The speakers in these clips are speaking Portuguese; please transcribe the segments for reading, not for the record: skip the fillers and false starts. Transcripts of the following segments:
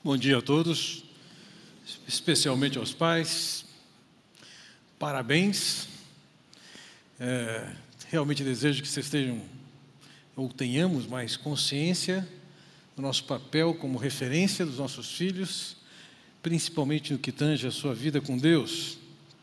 Bom dia a todos, especialmente aos pais. Parabéns. Realmente desejo que vocês tenham, ou tenhamos mais consciência do nosso papel como referência dos nossos filhos, principalmente no que tange a sua vida com Deus.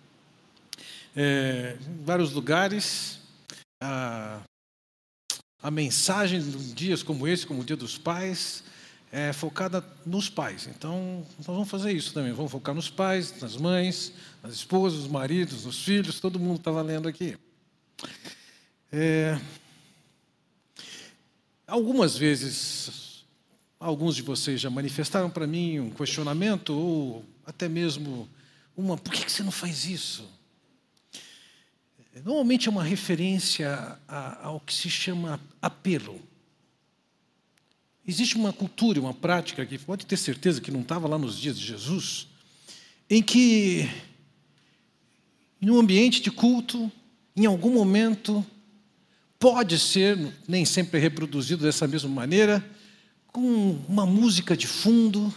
Em vários lugares, a mensagem de dias como esse, como o Dia dos Pais, é focada nos pais. Então, nós vamos fazer isso também. Vamos focar nos pais, nas mães, nas esposas, nos maridos, nos filhos. Todo mundo está valendo aqui. Algumas vezes, alguns de vocês já manifestaram para mim um questionamento ou até mesmo por que você não faz isso? Normalmente é uma referência ao que se chama apelo. Existe uma cultura, uma prática que pode ter certeza que não estava lá nos dias de Jesus, em que, em um ambiente de culto, em algum momento, pode ser, nem sempre é reproduzido dessa mesma maneira, com uma música de fundo,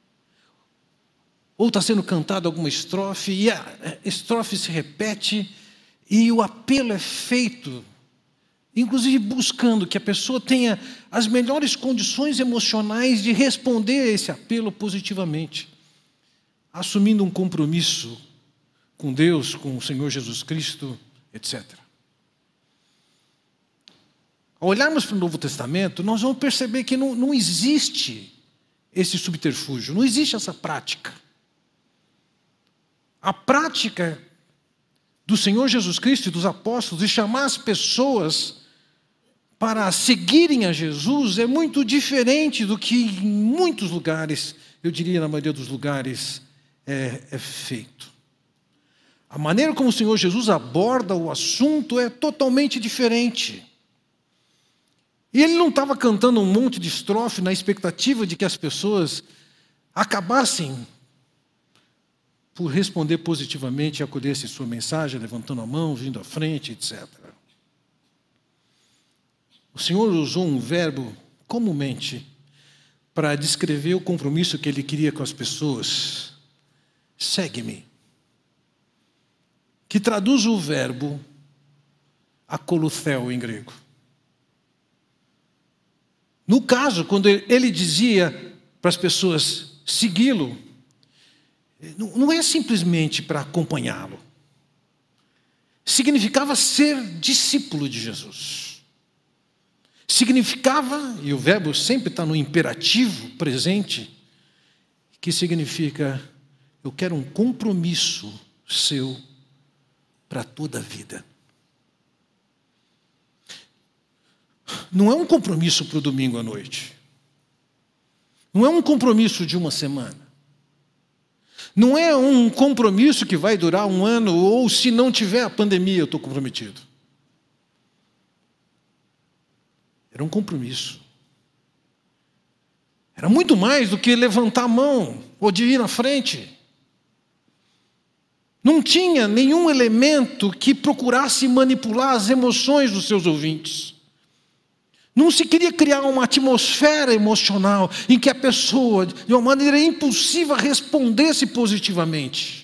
ou está sendo cantada alguma estrofe, e a estrofe se repete, e o apelo é feito, inclusive buscando que a pessoa tenha as melhores condições emocionais de responder a esse apelo positivamente, assumindo um compromisso com Deus, com o Senhor Jesus Cristo, etc. Ao olharmos para o Novo Testamento, nós vamos perceber que não existe esse subterfúgio, não existe essa prática. A prática do Senhor Jesus Cristo e dos apóstolos de chamar as pessoas para seguirem a Jesus é muito diferente do que em muitos lugares, eu diria na maioria dos lugares, é feito. A maneira como o Senhor Jesus aborda o assunto é totalmente diferente. E ele não estava cantando um monte de estrofe na expectativa de que as pessoas acabassem por responder positivamente e acolhessem sua mensagem, levantando a mão, vindo à frente, etc. O Senhor usou um verbo comumente para descrever o compromisso que Ele queria com as pessoas. Segue-me. Que traduz o verbo akolutheo em grego. No caso, quando Ele dizia para as pessoas segui-lo, não é simplesmente para acompanhá-lo. Significava ser discípulo de Jesus. Significava, e o verbo sempre está no imperativo presente, que significa, eu quero um compromisso seu para toda a vida. Não é um compromisso para o domingo à noite. Não é um compromisso de uma semana. Não é um compromisso que vai durar um ano, ou se não tiver a pandemia, eu estou comprometido. Era um compromisso. Era muito mais do que levantar a mão ou de ir na frente. Não tinha nenhum elemento que procurasse manipular as emoções dos seus ouvintes. Não se queria criar uma atmosfera emocional em que a pessoa, de uma maneira impulsiva, respondesse positivamente.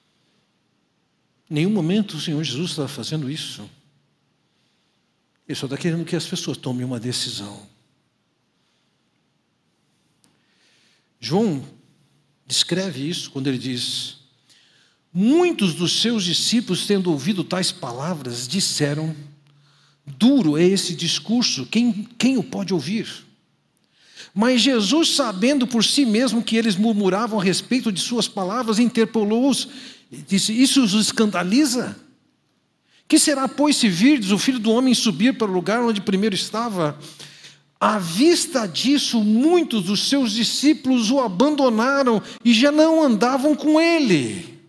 Em nenhum momento o Senhor Jesus estava fazendo isso. Ele só está querendo que as pessoas tomem uma decisão. João descreve isso quando ele diz: muitos dos seus discípulos, tendo ouvido tais palavras, disseram: duro é esse discurso, quem o pode ouvir? Mas Jesus, sabendo por si mesmo que eles murmuravam a respeito de suas palavras, interpelou-os e disse: isso os escandaliza? Que será, pois, se virdes o Filho do Homem subir para o lugar onde primeiro estava? À vista disso, muitos dos seus discípulos o abandonaram e já não andavam com ele.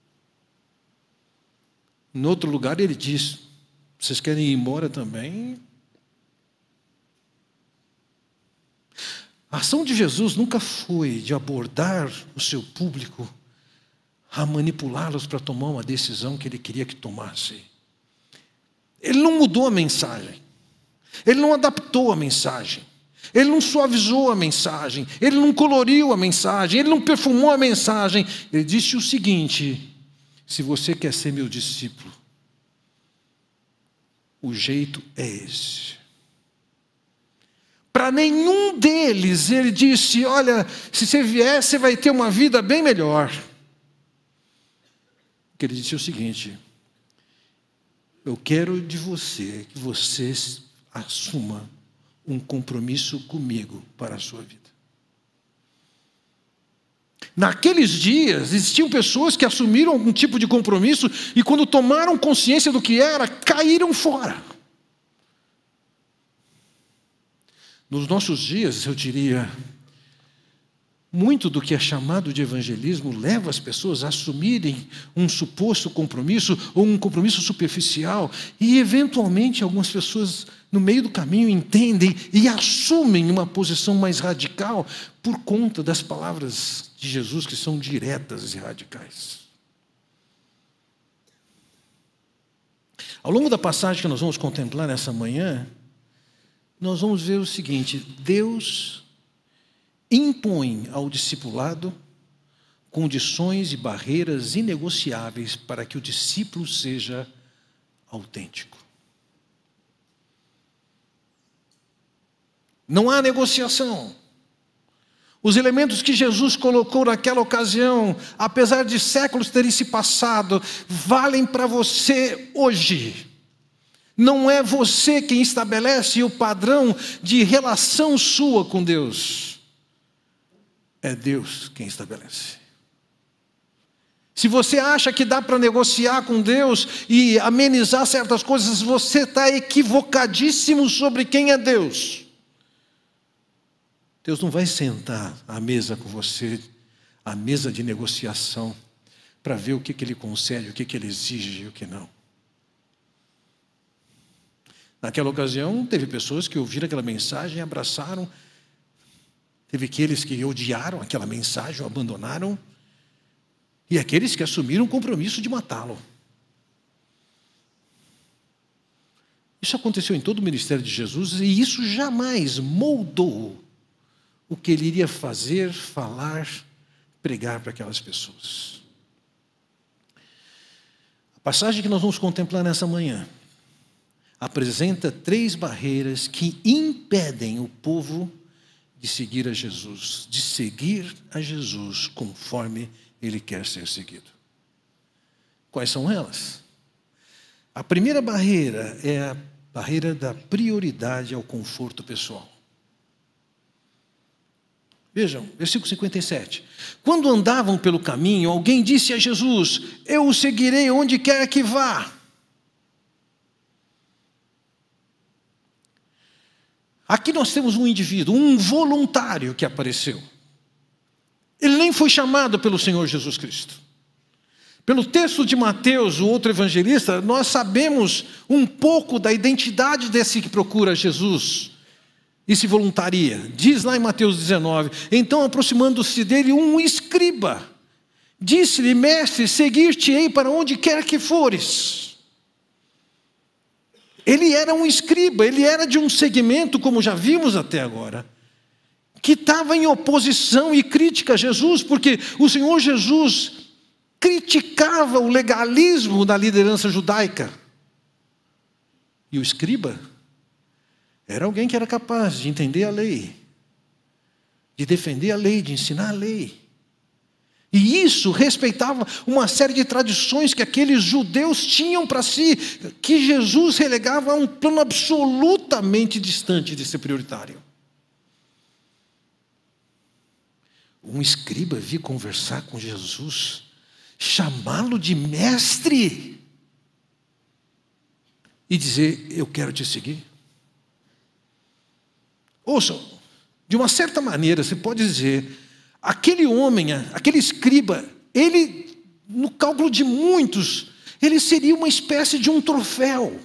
Em outro lugar ele diz: vocês querem ir embora também? A ação de Jesus nunca foi de abordar o seu público a manipulá-los para tomar uma decisão que ele queria que tomasse. Ele não mudou a mensagem. Ele não adaptou a mensagem. Ele não suavizou a mensagem, ele não coloriu a mensagem, ele não perfumou a mensagem. Ele disse o seguinte: se você quer ser meu discípulo, o jeito é esse. Para nenhum deles ele disse: olha, se você vier, você vai ter uma vida bem melhor. O que ele disse é o seguinte: eu quero de você que você assuma um compromisso comigo para a sua vida. Naqueles dias, existiam pessoas que assumiram algum tipo de compromisso e quando tomaram consciência do que era, caíram fora. Nos nossos dias, eu diria, muito do que é chamado de evangelismo leva as pessoas a assumirem um suposto compromisso ou um compromisso superficial e, eventualmente, algumas pessoas, no meio do caminho, entendem e assumem uma posição mais radical por conta das palavras de Jesus, que são diretas e radicais. Ao longo da passagem que nós vamos contemplar nessa manhã, nós vamos ver o seguinte: Deus impõe ao discipulado condições e barreiras inegociáveis para que o discípulo seja autêntico. Não há negociação. Os elementos que Jesus colocou naquela ocasião, apesar de séculos terem se passado, valem para você hoje. Não é você quem estabelece o padrão de relação sua com Deus. É Deus quem estabelece. Se você acha que dá para negociar com Deus e amenizar certas coisas, você está equivocadíssimo sobre quem é Deus. Deus não vai sentar à mesa com você, à mesa de negociação, para ver o que Ele concede, o que Ele exige e o que não. Naquela ocasião, teve pessoas que ouviram aquela mensagem e abraçaram. Teve aqueles que odiaram aquela mensagem, o abandonaram. E aqueles que assumiram o compromisso de matá-lo. Isso aconteceu em todo o ministério de Jesus e isso jamais moldou o que ele iria fazer, falar, pregar para aquelas pessoas. A passagem que nós vamos contemplar nessa manhã apresenta 3 barreiras que impedem o povo de seguir a Jesus, de seguir a Jesus conforme Ele quer ser seguido. Quais são elas? A primeira barreira é a barreira da prioridade ao conforto pessoal. Vejam, versículo 57. Quando andavam pelo caminho, alguém disse a Jesus: eu o seguirei onde quer que vá. Aqui nós temos um indivíduo, um voluntário que apareceu. Ele nem foi chamado pelo Senhor Jesus Cristo. Pelo texto de Mateus, o outro evangelista, nós sabemos um pouco da identidade desse que procura Jesus e se voluntaria. Diz lá em Mateus 19: então, aproximando-se dele um escriba, disse-lhe: mestre, seguir-te-ei para onde quer que fores. Ele era um escriba, ele era de um segmento, como já vimos até agora, que estava em oposição e crítica a Jesus, porque o Senhor Jesus criticava o legalismo da liderança judaica. E o escriba era alguém que era capaz de entender a lei, de defender a lei, de ensinar a lei. E isso respeitava uma série de tradições que aqueles judeus tinham para si, que Jesus relegava a um plano absolutamente distante de ser prioritário. Um escriba vir conversar com Jesus, chamá-lo de mestre e dizer: eu quero te seguir. Ouçam, de uma certa maneira você pode dizer, aquele homem, aquele escriba, ele, no cálculo de muitos, ele seria uma espécie de um troféu.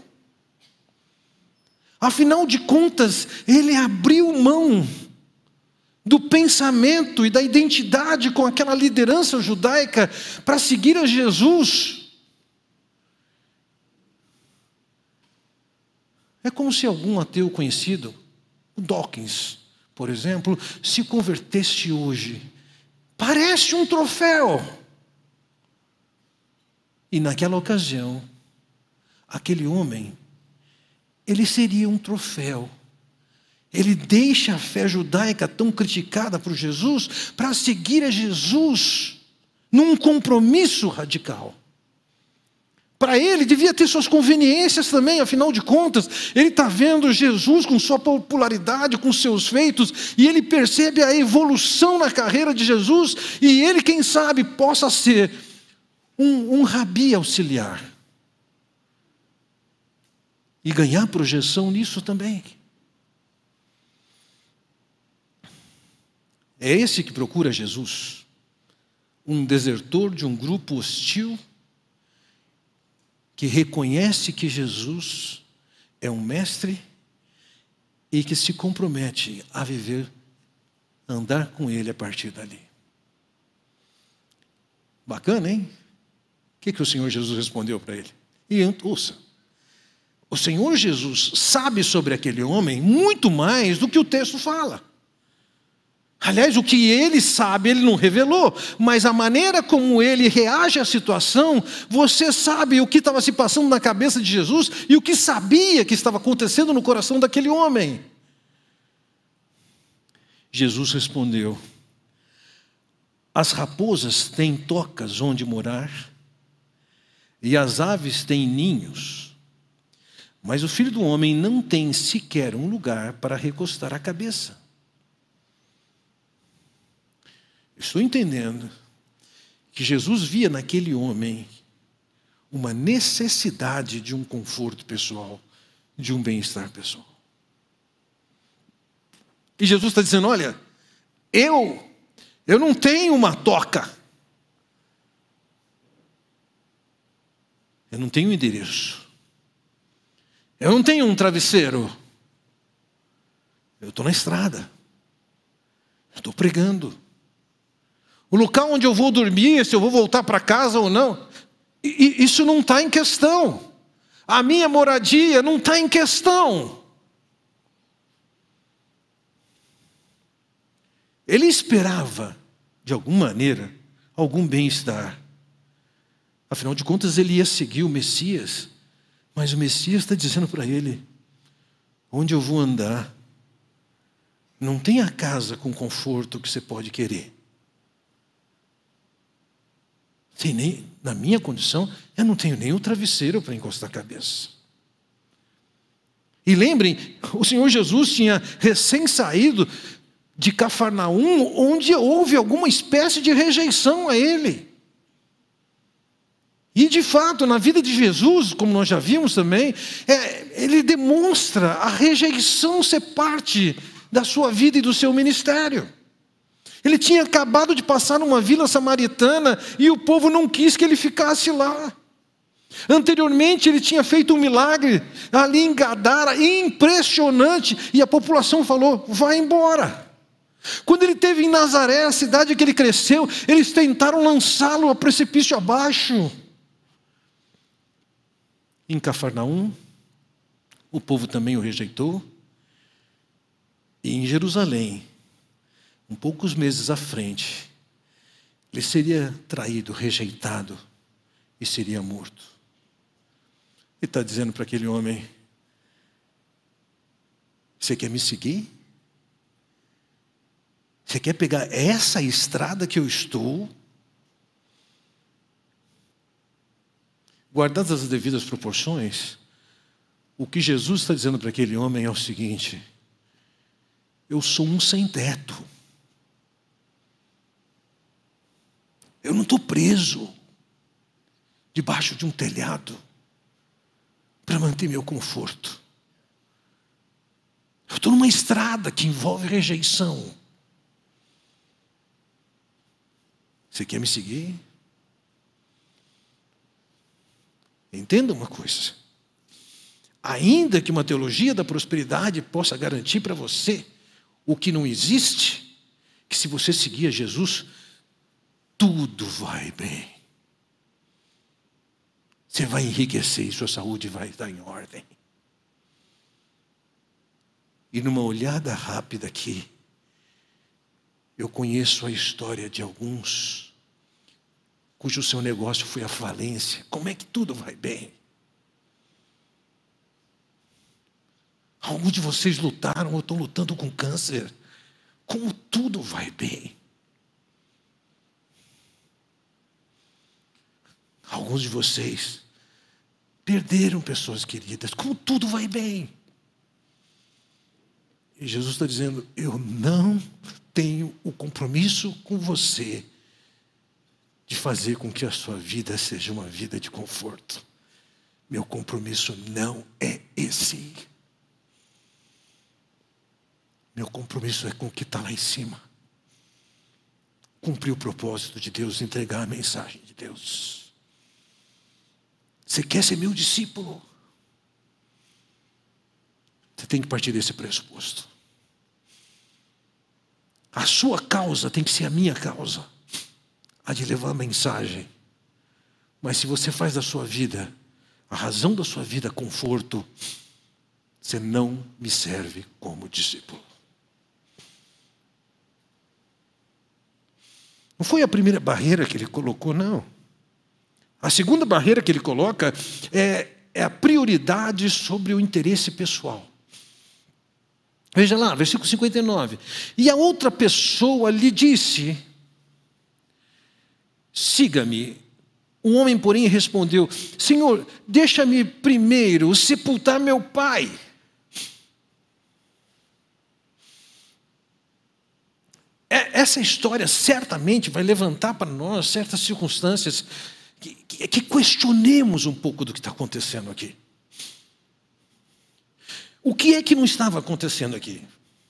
Afinal de contas, ele abriu mão do pensamento e da identidade com aquela liderança judaica para seguir a Jesus. É como se algum ateu conhecido, o Dawkins, por exemplo, se convertesse hoje, parece um troféu. E naquela ocasião, aquele homem, ele seria um troféu. Ele deixa a fé judaica tão criticada por Jesus para seguir a Jesus num compromisso radical. Para ele, devia ter suas conveniências também, afinal de contas, ele está vendo Jesus com sua popularidade, com seus feitos, e ele percebe a evolução na carreira de Jesus, e ele, quem sabe, possa ser um rabi auxiliar. E ganhar projeção nisso também. É esse que procura Jesus, um desertor de um grupo hostil, que reconhece que Jesus é um mestre e que se compromete a viver, a andar com ele a partir dali. Bacana, hein? O que o Senhor Jesus respondeu para ele? E ouça, o Senhor Jesus sabe sobre aquele homem muito mais do que o texto fala. Aliás, o que ele sabe, ele não revelou, mas a maneira como ele reage à situação, você sabe o que estava se passando na cabeça de Jesus e o que sabia que estava acontecendo no coração daquele homem. Jesus respondeu: as raposas têm tocas onde morar, e as aves têm ninhos, mas o Filho do Homem não tem sequer um lugar para recostar a cabeça. Estou entendendo que Jesus via naquele homem uma necessidade de um conforto pessoal, de um bem-estar pessoal. E Jesus está dizendo: olha, eu não tenho uma toca, eu não tenho um endereço, eu não tenho um travesseiro, eu estou na estrada, eu estou pregando. O local onde eu vou dormir, se eu vou voltar para casa ou não, isso não está em questão. A minha moradia não está em questão. Ele esperava, de alguma maneira, algum bem-estar. Afinal de contas, ele ia seguir o Messias. Mas o Messias está dizendo para ele: onde eu vou andar, não tem a casa com conforto que você pode querer. Na minha condição, eu não tenho nem o travesseiro para encostar a cabeça. E lembrem, o Senhor Jesus tinha recém saído de Cafarnaum, onde houve alguma espécie de rejeição a ele. E de fato, na vida de Jesus, como nós já vimos também, ele demonstra a rejeição ser parte da sua vida e do seu ministério. Ele tinha acabado de passar numa vila samaritana e o povo não quis que ele ficasse lá. Anteriormente ele tinha feito um milagre ali em Gadara, impressionante, e a população falou: vai embora. Quando ele esteve em Nazaré, a cidade que ele cresceu, eles tentaram lançá-lo a precipício abaixo. Em Cafarnaum, o povo também o rejeitou. E em Jerusalém, poucos meses à frente, ele seria traído, rejeitado e seria morto. Ele está dizendo para aquele homem: você quer me seguir? Você quer pegar essa estrada que eu estou? Guardadas as devidas proporções, o que Jesus está dizendo para aquele homem é o seguinte: eu sou um sem teto. Eu não estou preso debaixo de um telhado para manter meu conforto. Eu estou numa estrada que envolve rejeição. Você quer me seguir? Entenda uma coisa. Ainda que uma teologia da prosperidade possa garantir para você o que não existe, que se você seguir a Jesus, tudo vai bem. Você vai enriquecer e sua saúde vai estar em ordem. E numa olhada rápida aqui, Eu conheço a história de alguns cujo seu negócio foi à falência. Como é que tudo vai bem? Alguns de vocês lutaram ou estão lutando com câncer. Como tudo vai bem? Alguns de vocês perderam pessoas queridas. Como tudo vai bem? E Jesus está dizendo, eu não tenho o compromisso com você de fazer com que a sua vida seja uma vida de conforto. Meu compromisso não é esse. Meu compromisso é com o que está lá em cima. Cumprir o propósito de Deus, entregar a mensagem de Deus. Você quer ser meu discípulo? Você tem que partir desse pressuposto. A sua causa tem que ser a minha causa. A de levar a mensagem. Mas se você faz da sua vida, a razão da sua vida, conforto, você não me serve como discípulo. Não foi a primeira barreira que ele colocou, não. A segunda barreira que ele coloca é a prioridade sobre o interesse pessoal. Veja lá, versículo 59. E a outra pessoa lhe disse, siga-me. O homem, porém, respondeu, Senhor, deixa-me primeiro sepultar meu pai. Essa história certamente vai levantar para nós certas circunstâncias que questionemos um pouco do que está acontecendo aqui. O que é que não estava acontecendo aqui?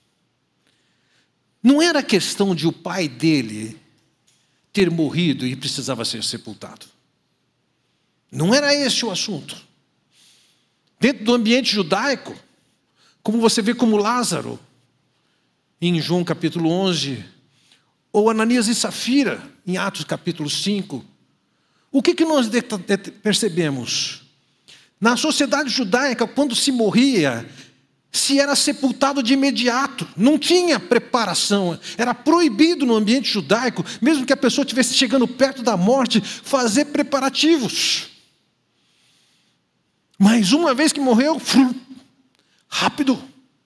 Não era questão de o pai dele ter morrido e precisava ser sepultado. Não era esse o assunto. Dentro do ambiente judaico, como você vê como Lázaro, em João capítulo 11, ou Ananias e Safira, em Atos capítulo 5, o que nós percebemos? Na sociedade judaica, quando se morria, se era sepultado de imediato, não tinha preparação, era proibido no ambiente judaico, mesmo que a pessoa estivesse chegando perto da morte, fazer preparativos. Mas uma vez que morreu, rápido.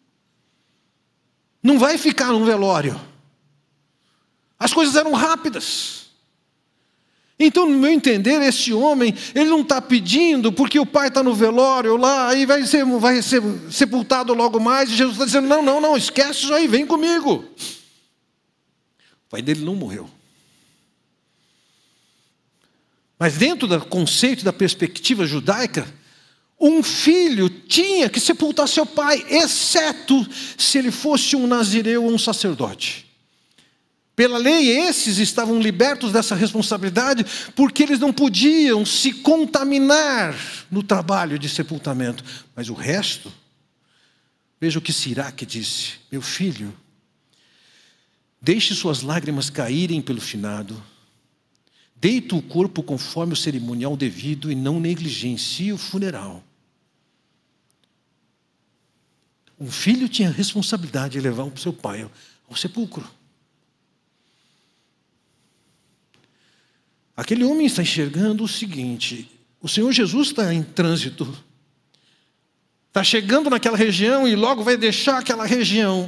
Não vai ficar num velório. As coisas eram rápidas. Então, no meu entender, esse homem, ele não está pedindo porque o pai está no velório lá, e vai ser sepultado logo mais, e Jesus está dizendo, não, esquece isso aí, vem comigo. O pai dele não morreu. Mas dentro do conceito, da perspectiva judaica, um filho tinha que sepultar seu pai, exceto se ele fosse um nazireu ou um sacerdote. Pela lei, esses estavam libertos dessa responsabilidade, porque eles não podiam se contaminar no trabalho de sepultamento. Mas o resto, veja o que Siraque disse, meu filho, deixe suas lágrimas caírem pelo finado, deita o corpo conforme o cerimonial devido e não negligencie o funeral. Um filho tinha a responsabilidade de levar o seu pai ao sepulcro. Aquele homem está enxergando o seguinte, o Senhor Jesus está em trânsito, está chegando naquela região e logo vai deixar aquela região.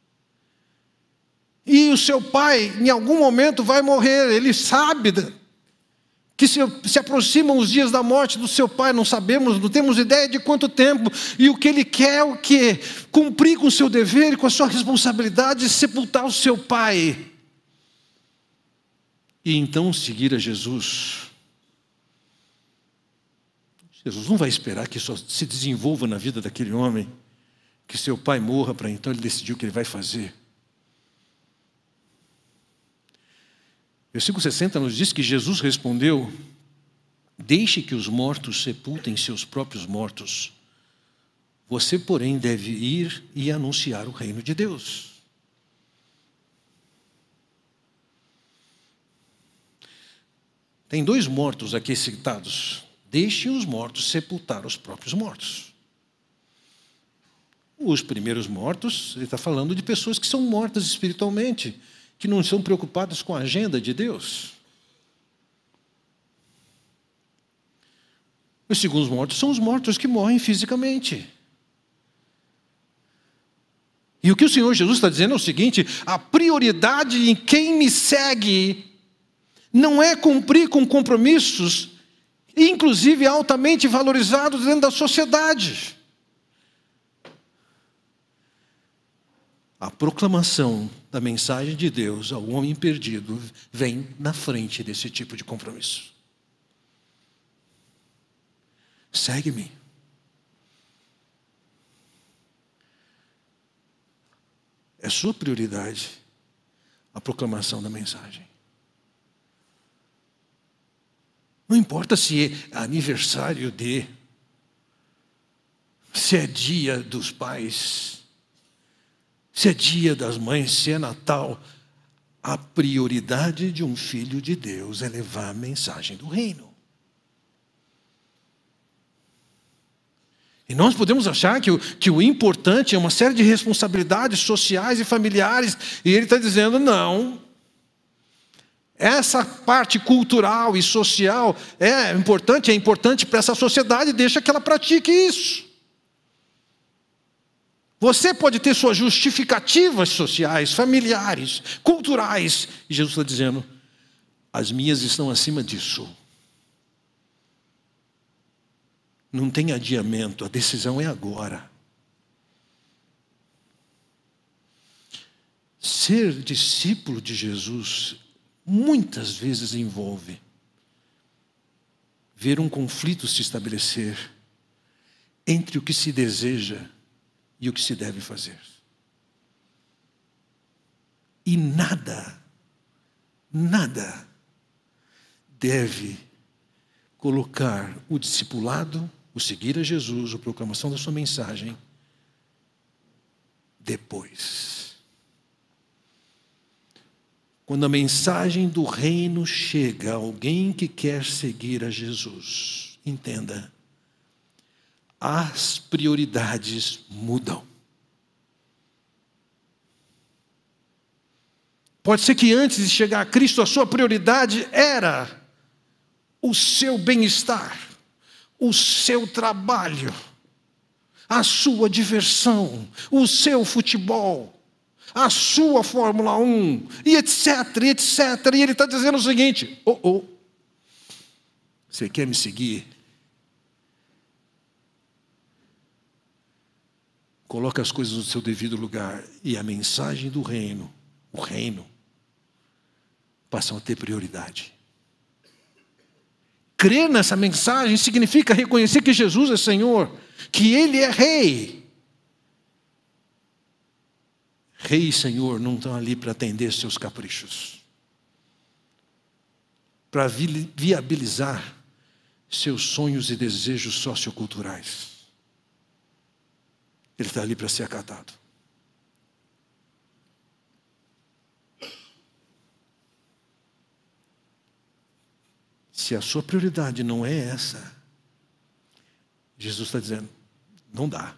E o seu pai, em algum momento, vai morrer, ele sabe que se aproximam os dias da morte do seu pai, não sabemos, não temos ideia de quanto tempo, e o que ele quer é o quê? Cumprir com o seu dever e com a sua responsabilidade de sepultar o seu pai. E então seguir a Jesus. Jesus não vai esperar que isso se desenvolva na vida daquele homem, que seu pai morra para então ele decidir o que ele vai fazer. Versículo 60 nos diz que Jesus respondeu, deixe que os mortos sepultem seus próprios mortos. Você, porém, deve ir e anunciar o reino de Deus. Tem dois mortos aqui citados. Deixem os mortos sepultar os próprios mortos. Os primeiros mortos, ele está falando de pessoas que são mortas espiritualmente, que não são preocupados com a agenda de Deus. Os segundos mortos são os mortos que morrem fisicamente. E o que o Senhor Jesus está dizendo é o seguinte: a prioridade em quem me segue não é cumprir com compromissos, inclusive altamente valorizados dentro da sociedade. A proclamação da mensagem de Deus ao homem perdido vem na frente desse tipo de compromisso. Segue-me. É sua prioridade a proclamação da mensagem. Não importa se é aniversário se é dia dos pais, se é dia das mães, se é Natal. A prioridade de um filho de Deus é levar a mensagem do reino. E nós podemos achar que o importante é uma série de responsabilidades sociais e familiares. E ele está dizendo, não. Essa parte cultural e social é importante para essa sociedade, deixa que ela pratique isso. Você pode ter suas justificativas sociais, familiares, culturais. E Jesus está dizendo, as minhas estão acima disso. Não tem adiamento, a decisão é agora. Ser discípulo de Jesus muitas vezes envolve ver um conflito se estabelecer entre o que se deseja e o que se deve fazer. E nada deve colocar o discipulado, o seguir a Jesus, a proclamação da sua mensagem, depois. Quando a mensagem do reino chega a alguém que quer seguir a Jesus, entenda, as prioridades mudam. Pode ser que antes de chegar a Cristo, a sua prioridade era o seu bem-estar, o seu trabalho, a sua diversão, o seu futebol, a sua Fórmula 1, e etc, etc. E ele está dizendo o seguinte, você quer me seguir? Coloca as coisas no seu devido lugar, e a mensagem do reino, o reino, passam a ter prioridade. Crer nessa mensagem significa reconhecer que Jesus é Senhor, que Ele é Rei. Rei e Senhor não estão ali para atender seus caprichos, para viabilizar seus sonhos e desejos socioculturais. Ele está ali para ser acatado. Se a sua prioridade não é essa, Jesus está dizendo, não dá.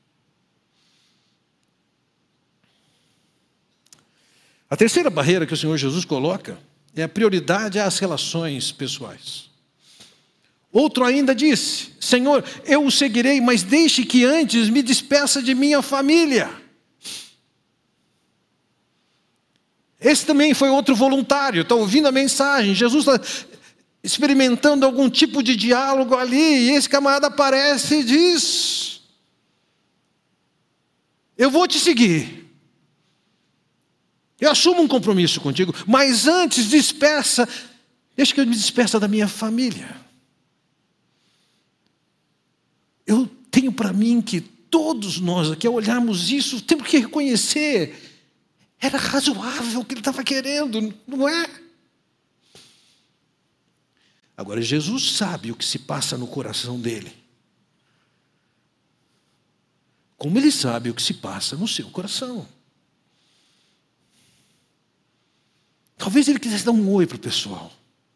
A terceira barreira que o Senhor Jesus coloca é a prioridade às relações pessoais. Outro ainda disse, Senhor, eu o seguirei, mas deixe que antes me despeça de minha família. Esse também foi outro voluntário, está ouvindo a mensagem. Jesus está experimentando algum tipo de diálogo ali, e esse camarada aparece e diz, eu vou te seguir. Eu assumo um compromisso contigo, mas antes deixa que eu me despeça da minha família. Eu tenho para mim que todos nós aqui, ao olharmos isso, temos que reconhecer, era razoável o que ele estava querendo, não é? Agora, Jesus sabe o que se passa no coração dele. Como ele sabe o que se passa no seu coração. Talvez ele quisesse dar um oi para o pessoal.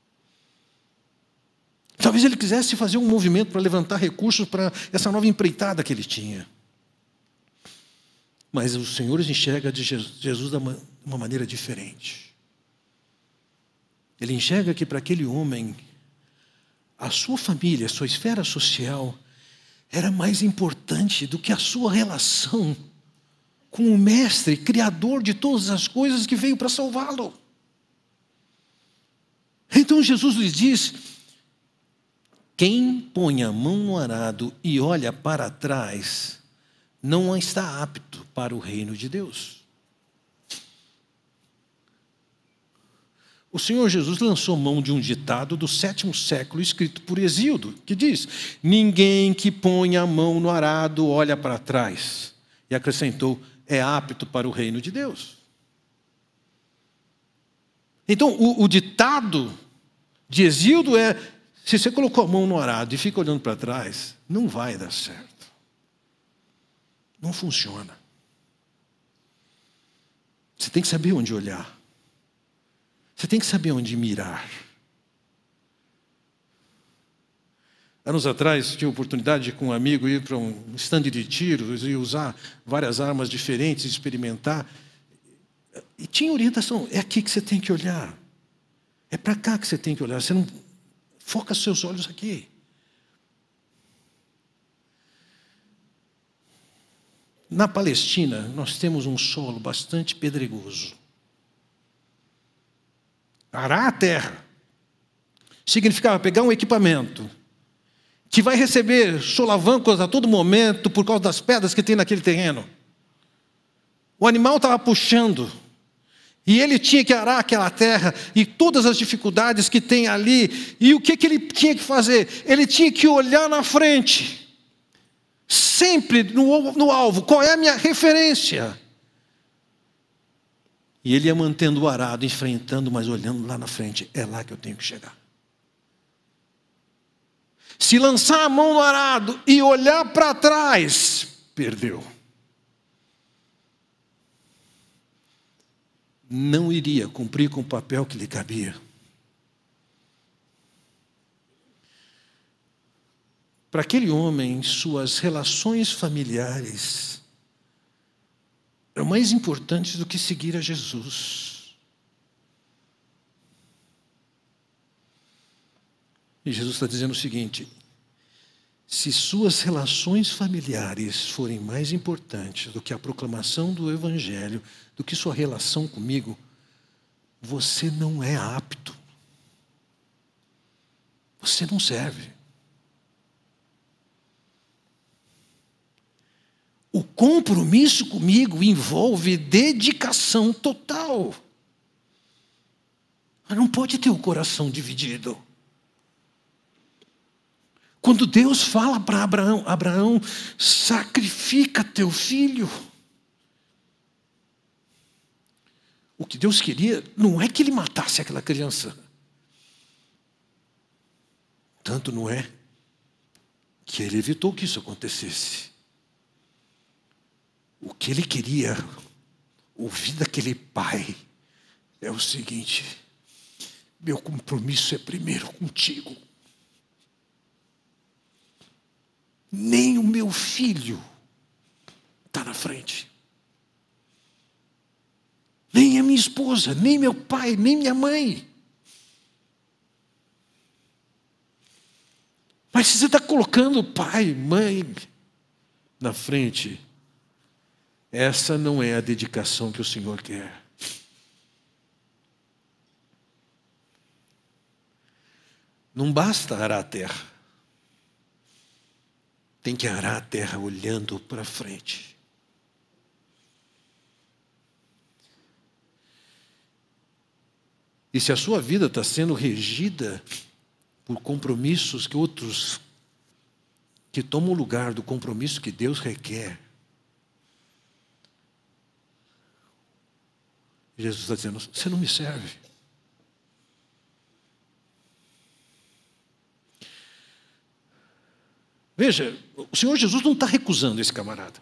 Talvez ele quisesse fazer um movimento para levantar recursos para essa nova empreitada que ele tinha. Mas o Senhor enxerga de Jesus de uma maneira diferente. Ele enxerga que para aquele homem, a sua família, a sua esfera social, era mais importante do que a sua relação com o Mestre, Criador de todas as coisas, que veio para salvá-lo. Então Jesus lhes diz: quem põe a mão no arado e olha para trás, não está apto para o reino de Deus. O Senhor Jesus lançou mão de um ditado do 7º século, escrito por Hesíodo, que diz: ninguém que põe a mão no arado olha para trás. E acrescentou: é apto para o reino de Deus. Então, o ditado de Hesíodo é: se você colocou a mão no arado e fica olhando para trás, não vai dar certo. Não funciona. Você tem que saber onde olhar. Você tem que saber onde mirar. Anos atrás, tive a oportunidade de, com um amigo, ir para um estande de tiros e usar várias armas diferentes, experimentar. E tinha orientação: é aqui que você tem que olhar. É para cá que você tem que olhar. Você não foca seus olhos aqui. Na Palestina, nós temos um solo bastante pedregoso. Arar a terra significava pegar um equipamento que vai receber solavancos a todo momento por causa das pedras que tem naquele terreno. O animal estava puxando e ele tinha que arar aquela terra e todas as dificuldades que tem ali. E o que ele tinha que fazer? Ele tinha que olhar na frente, sempre no alvo. Qual é a minha referência? E ele ia mantendo o arado, enfrentando, mas olhando lá na frente. É lá que eu tenho que chegar. Se lançar a mão no arado e olhar para trás, perdeu. Não iria cumprir com o papel que lhe cabia. Para aquele homem, suas relações familiares eram mais importantes do que seguir a Jesus. E Jesus está dizendo o seguinte: se suas relações familiares forem mais importantes do que a proclamação do Evangelho, do que sua relação comigo, você não é apto. Você não serve. O compromisso comigo envolve dedicação total. Mas não pode ter o coração dividido. Quando Deus fala para Abraão, sacrifica teu filho. O que Deus queria não é que ele matasse aquela criança. Tanto não é que ele evitou que isso acontecesse. O que ele queria ouvir daquele pai é o seguinte: meu compromisso é primeiro contigo. Nem o meu filho está na frente. Nem a minha esposa, nem meu pai, nem minha mãe. Mas se você está colocando pai, mãe na frente, essa não é a dedicação que o Senhor quer. Não basta arar a terra. Tem que arar a terra olhando para frente. E se a sua vida está sendo regida por compromissos que outros, que tomam o lugar do compromisso que Deus requer, Jesus está dizendo: você não me serve. Veja, o Senhor Jesus não está recusando esse camarada.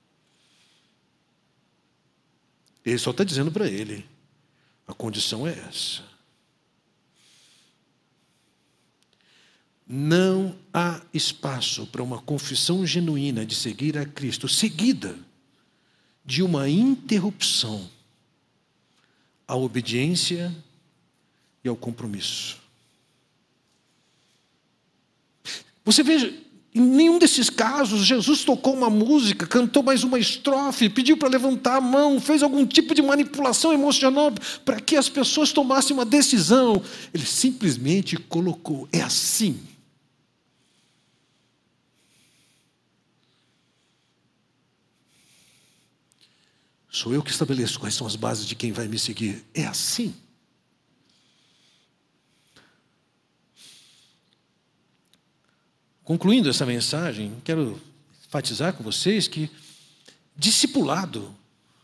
Ele só está dizendo para ele: a condição é essa. Não há espaço para uma confissão genuína de seguir a Cristo, seguida de uma interrupção à obediência e ao compromisso. Você veja, em nenhum desses casos, Jesus tocou uma música, cantou mais uma estrofe, pediu para levantar a mão, fez algum tipo de manipulação emocional para que as pessoas tomassem uma decisão. Ele simplesmente colocou: é assim. Sou eu que estabeleço quais são as bases de quem vai me seguir. É assim. Concluindo essa mensagem, quero enfatizar com vocês que discipulado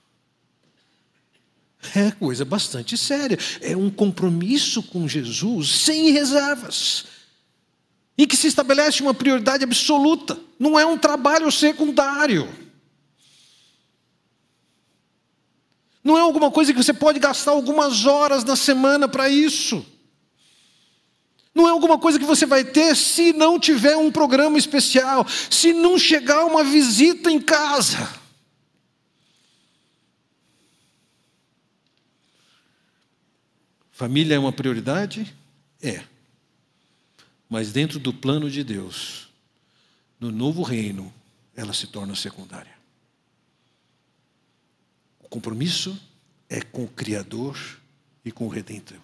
é coisa bastante séria. É um compromisso com Jesus sem reservas, e que se estabelece uma prioridade absoluta. Não é um trabalho secundário. Não é alguma coisa que você pode gastar algumas horas na semana para isso. Não é alguma coisa que você vai ter se não tiver um programa especial, se não chegar uma visita em casa. Família é uma prioridade? É. Mas dentro do plano de Deus, no novo reino, ela se torna secundária. O compromisso é com o Criador e com o Redentor.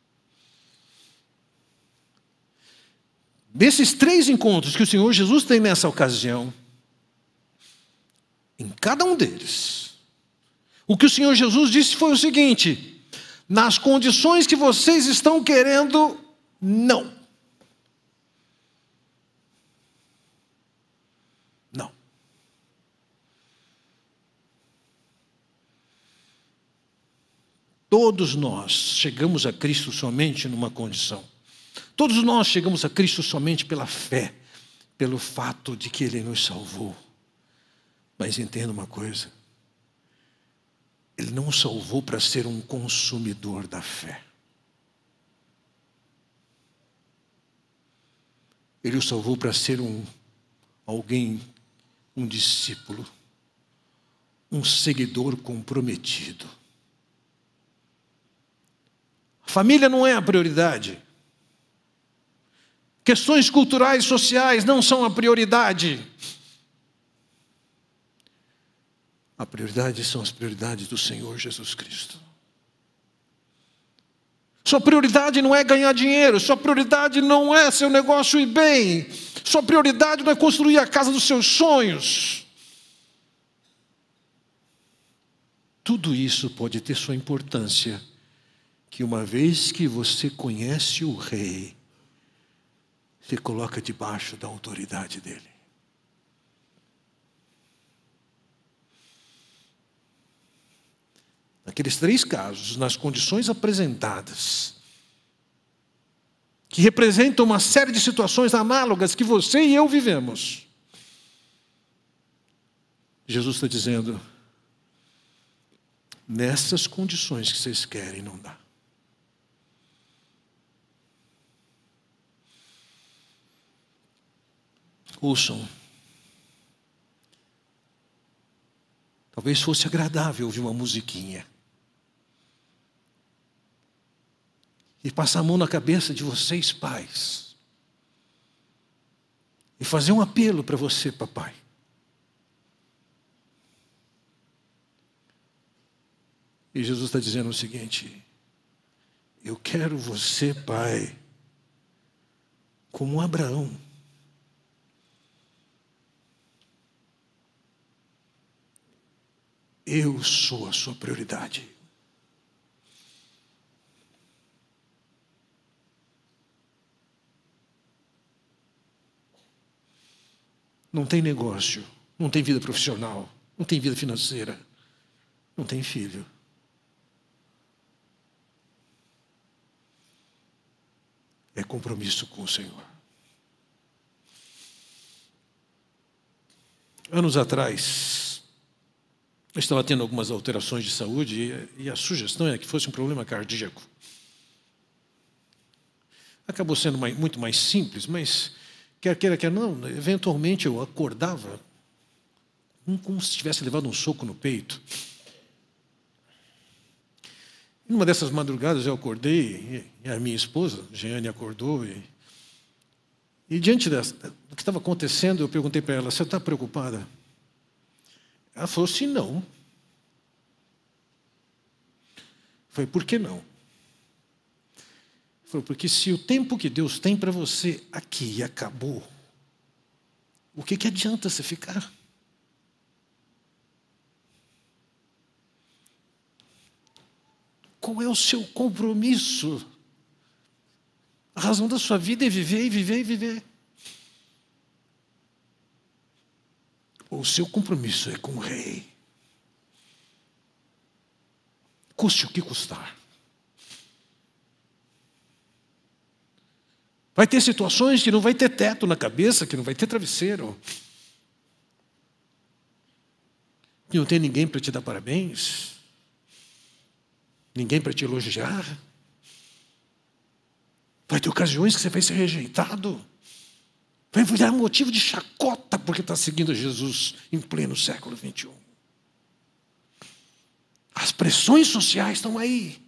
Desses 3 encontros que o Senhor Jesus tem nessa ocasião, em cada um deles, o que o Senhor Jesus disse foi o seguinte: nas condições que vocês estão querendo, não. Não. Todos nós chegamos a Cristo somente numa condição. Todos nós chegamos a Cristo somente pela fé, pelo fato de que Ele nos salvou. Mas entenda uma coisa: Ele não nos salvou para ser um consumidor da fé. Ele o salvou para ser alguém, um discípulo, um seguidor comprometido. A família não é a prioridade. Questões culturais e sociais não são a prioridade. A prioridade são as prioridades do Senhor Jesus Cristo. Sua prioridade não é ganhar dinheiro. Sua prioridade não é seu negócio ir bem. Sua prioridade não é construir a casa dos seus sonhos. Tudo isso pode ter sua importância, que uma vez que você conhece o Rei, se coloca debaixo da autoridade dele. Naqueles 3 casos, nas condições apresentadas, que representam uma série de situações análogas que você e eu vivemos, Jesus está dizendo: nessas condições que vocês querem, não dá. Ouçam. Talvez fosse agradável ouvir uma musiquinha e passar a mão na cabeça de vocês, pais, e fazer um apelo para você, papai. E Jesus está dizendo o seguinte: eu quero você, pai, como Abraão. Eu sou a sua prioridade. Não tem negócio, não tem vida profissional, não tem vida financeira, não tem filho. É compromisso com o Senhor. Anos atrás, eu estava tendo algumas alterações de saúde e a sugestão era que fosse um problema cardíaco. Acabou sendo muito mais simples, mas quer queira, quer não, eventualmente eu acordava como se tivesse levado um soco no peito. Numa dessas madrugadas eu acordei, e a minha esposa, Jeane, acordou, e diante do que estava acontecendo, eu perguntei para ela: você está preocupada? Ela falou assim: não. Eu falei: por que não? Falou: porque se o tempo que Deus tem para você aqui acabou, o que adianta você ficar? Qual é o seu compromisso? A razão da sua vida é viver e viver e viver. O seu compromisso é com o Rei. Custe o que custar. Vai ter situações que não vai ter teto na cabeça, que não vai ter travesseiro, que não tem ninguém para te dar parabéns, ninguém para te elogiar. Vai ter ocasiões que você vai ser rejeitado. Vai virar um motivo de chacota porque está seguindo Jesus em pleno século XXI. As pressões sociais estão aí.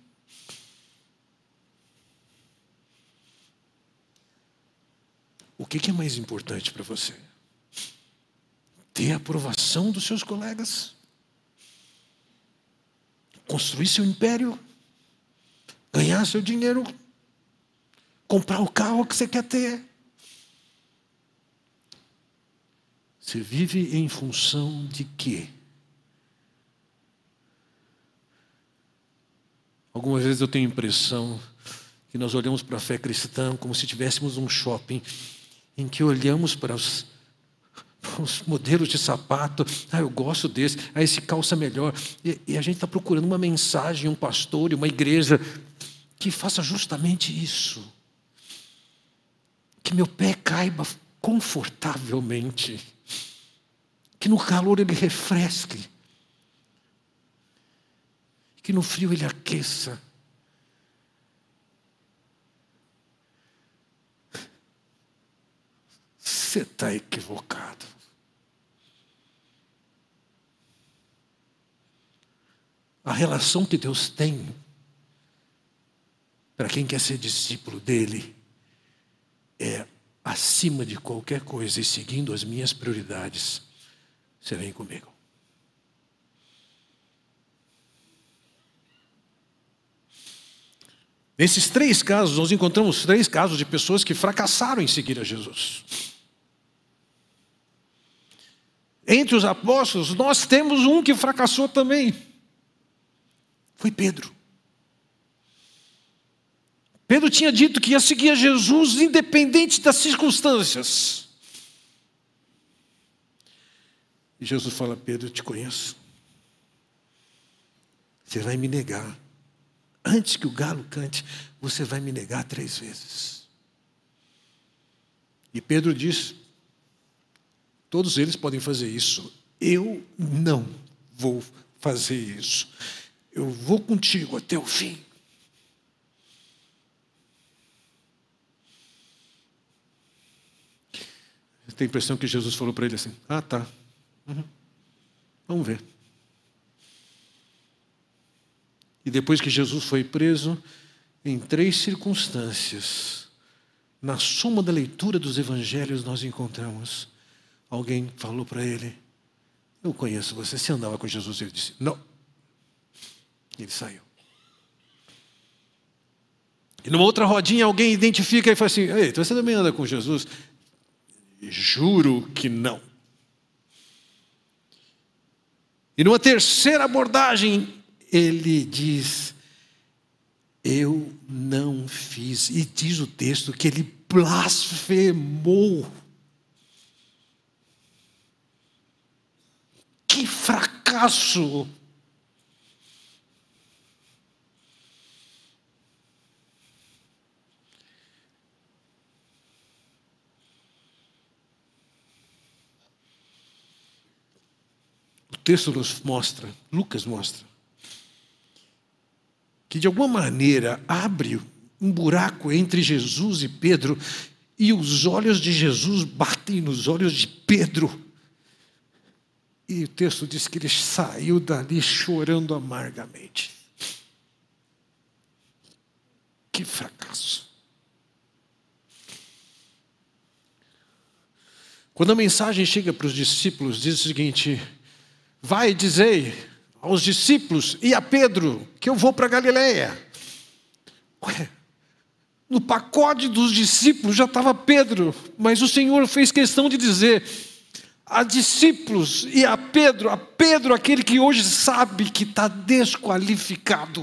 O que é mais importante para você? Ter a aprovação dos seus colegas? Construir seu império? Ganhar seu dinheiro? Comprar o carro que você quer ter? Você vive em função de quê? Algumas vezes eu tenho a impressão que nós olhamos para a fé cristã como se tivéssemos um shopping em que olhamos para os modelos de sapato. Eu gosto desse. Esse calça melhor. E a gente está procurando uma mensagem, um pastor e uma igreja que faça justamente isso. Que meu pé caiba confortavelmente. Que no calor ele refresque. Que no frio ele aqueça. Você está equivocado. A relação que Deus tem para quem quer ser discípulo dele é acima de qualquer coisa, e seguindo as minhas prioridades, você vem comigo. Nesses 3 casos, nós encontramos 3 casos de pessoas que fracassaram em seguir a Jesus. Entre os apóstolos, nós temos um que fracassou também. Foi Pedro. Pedro tinha dito que ia seguir a Jesus independente das circunstâncias. E Jesus fala: Pedro, eu te conheço. Você vai me negar. Antes que o galo cante, você vai me negar 3 vezes. E Pedro diz: todos eles podem fazer isso. Eu não vou fazer isso. Eu vou contigo até o fim. Eu tenho a impressão que Jesus falou para ele assim: tá. Vamos ver. E depois que Jesus foi preso, em 3 circunstâncias, na soma da leitura dos evangelhos, nós encontramos alguém falou para ele: eu conheço você. Você andava com Jesus? Ele disse: não. Ele saiu. E numa outra rodinha, alguém identifica e fala assim: ei, então você também anda com Jesus? Juro que não. E numa terceira abordagem, ele diz: eu não fiz. E diz o texto que ele blasfemou. Que fracasso! O texto nos mostra, Lucas mostra, que de alguma maneira abre um buraco entre Jesus e Pedro, e os olhos de Jesus batem nos olhos de Pedro. E o texto diz que ele saiu dali chorando amargamente. Que fracasso. Quando a mensagem chega para os discípulos, diz o seguinte: vai dizer aos discípulos e a Pedro que eu vou para Galileia. Ué, no pacote dos discípulos já estava Pedro, mas o Senhor fez questão de dizer a discípulos e a Pedro aquele que hoje sabe que está desqualificado.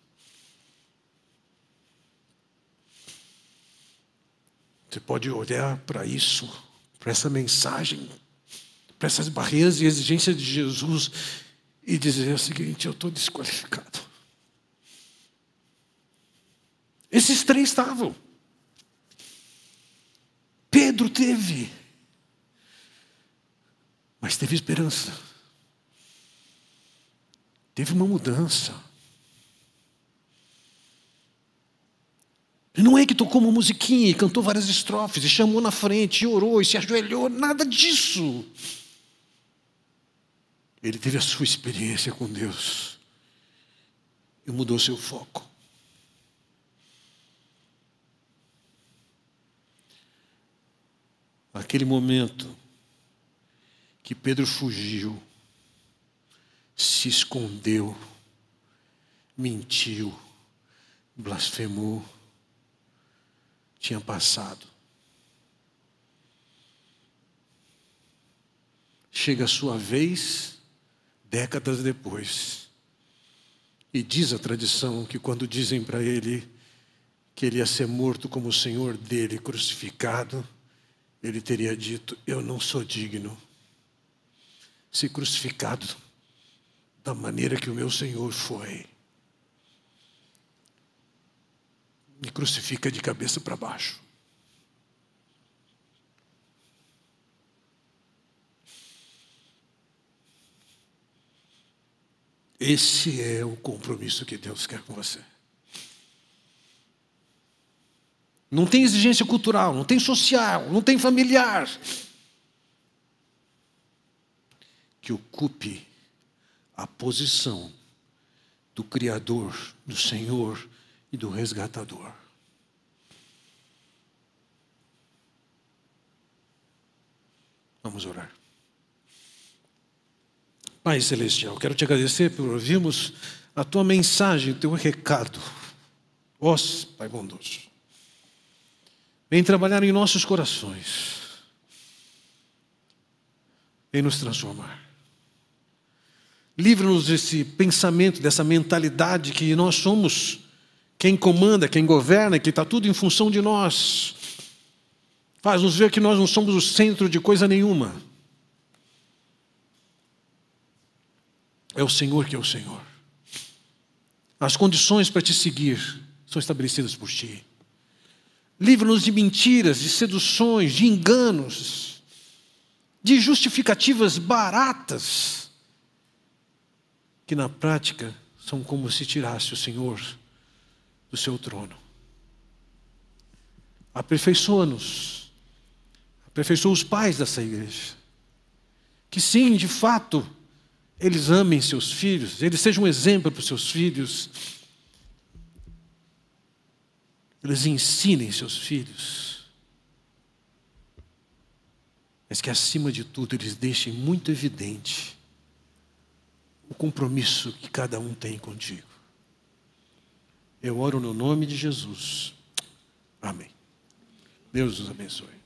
Você pode olhar para isso, para essa mensagem, para essas barreiras e exigências de Jesus e dizer o seguinte: eu estou desqualificado. Esses três estavam. Pedro teve, mas teve esperança. Teve uma mudança. Não é que tocou uma musiquinha e cantou várias estrofes, e chamou na frente, e orou, e se ajoelhou, nada disso. Ele teve a sua experiência com Deus e mudou seu foco. Aquele momento que Pedro fugiu, se escondeu, mentiu, blasfemou, tinha passado. Chega a sua vez, décadas depois, e diz a tradição que quando dizem para ele que ele ia ser morto como o Senhor dele, crucificado, ele teria dito: eu não sou digno de ser crucificado da maneira que o meu Senhor foi. Me crucifica de cabeça para baixo. Esse é o compromisso que Deus quer com você. Não tem exigência cultural, não tem social, não tem familiar. Que ocupe a posição do Criador, do Senhor e do Resgatador. Vamos orar. Pai Celestial, quero te agradecer por ouvirmos a tua mensagem, o teu recado. Ó Pai bondoso, vem trabalhar em nossos corações. Vem nos transformar. Livra-nos desse pensamento, dessa mentalidade que nós somos quem comanda, quem governa, que está tudo em função de nós. Faz-nos ver que nós não somos o centro de coisa nenhuma. É o Senhor que é o Senhor. As condições para te seguir são estabelecidas por ti. Livra-nos de mentiras, de seduções, de enganos, de justificativas baratas, que na prática são como se tirasse o Senhor do seu trono. Aperfeiçoa-nos, aperfeiçoa os pais dessa igreja, que sim, de fato, eles amem seus filhos, eles sejam um exemplo para os seus filhos, eles ensinem seus filhos, mas que acima de tudo eles deixem muito evidente o compromisso que cada um tem contigo. Eu oro no nome de Jesus. Amém. Deus os abençoe.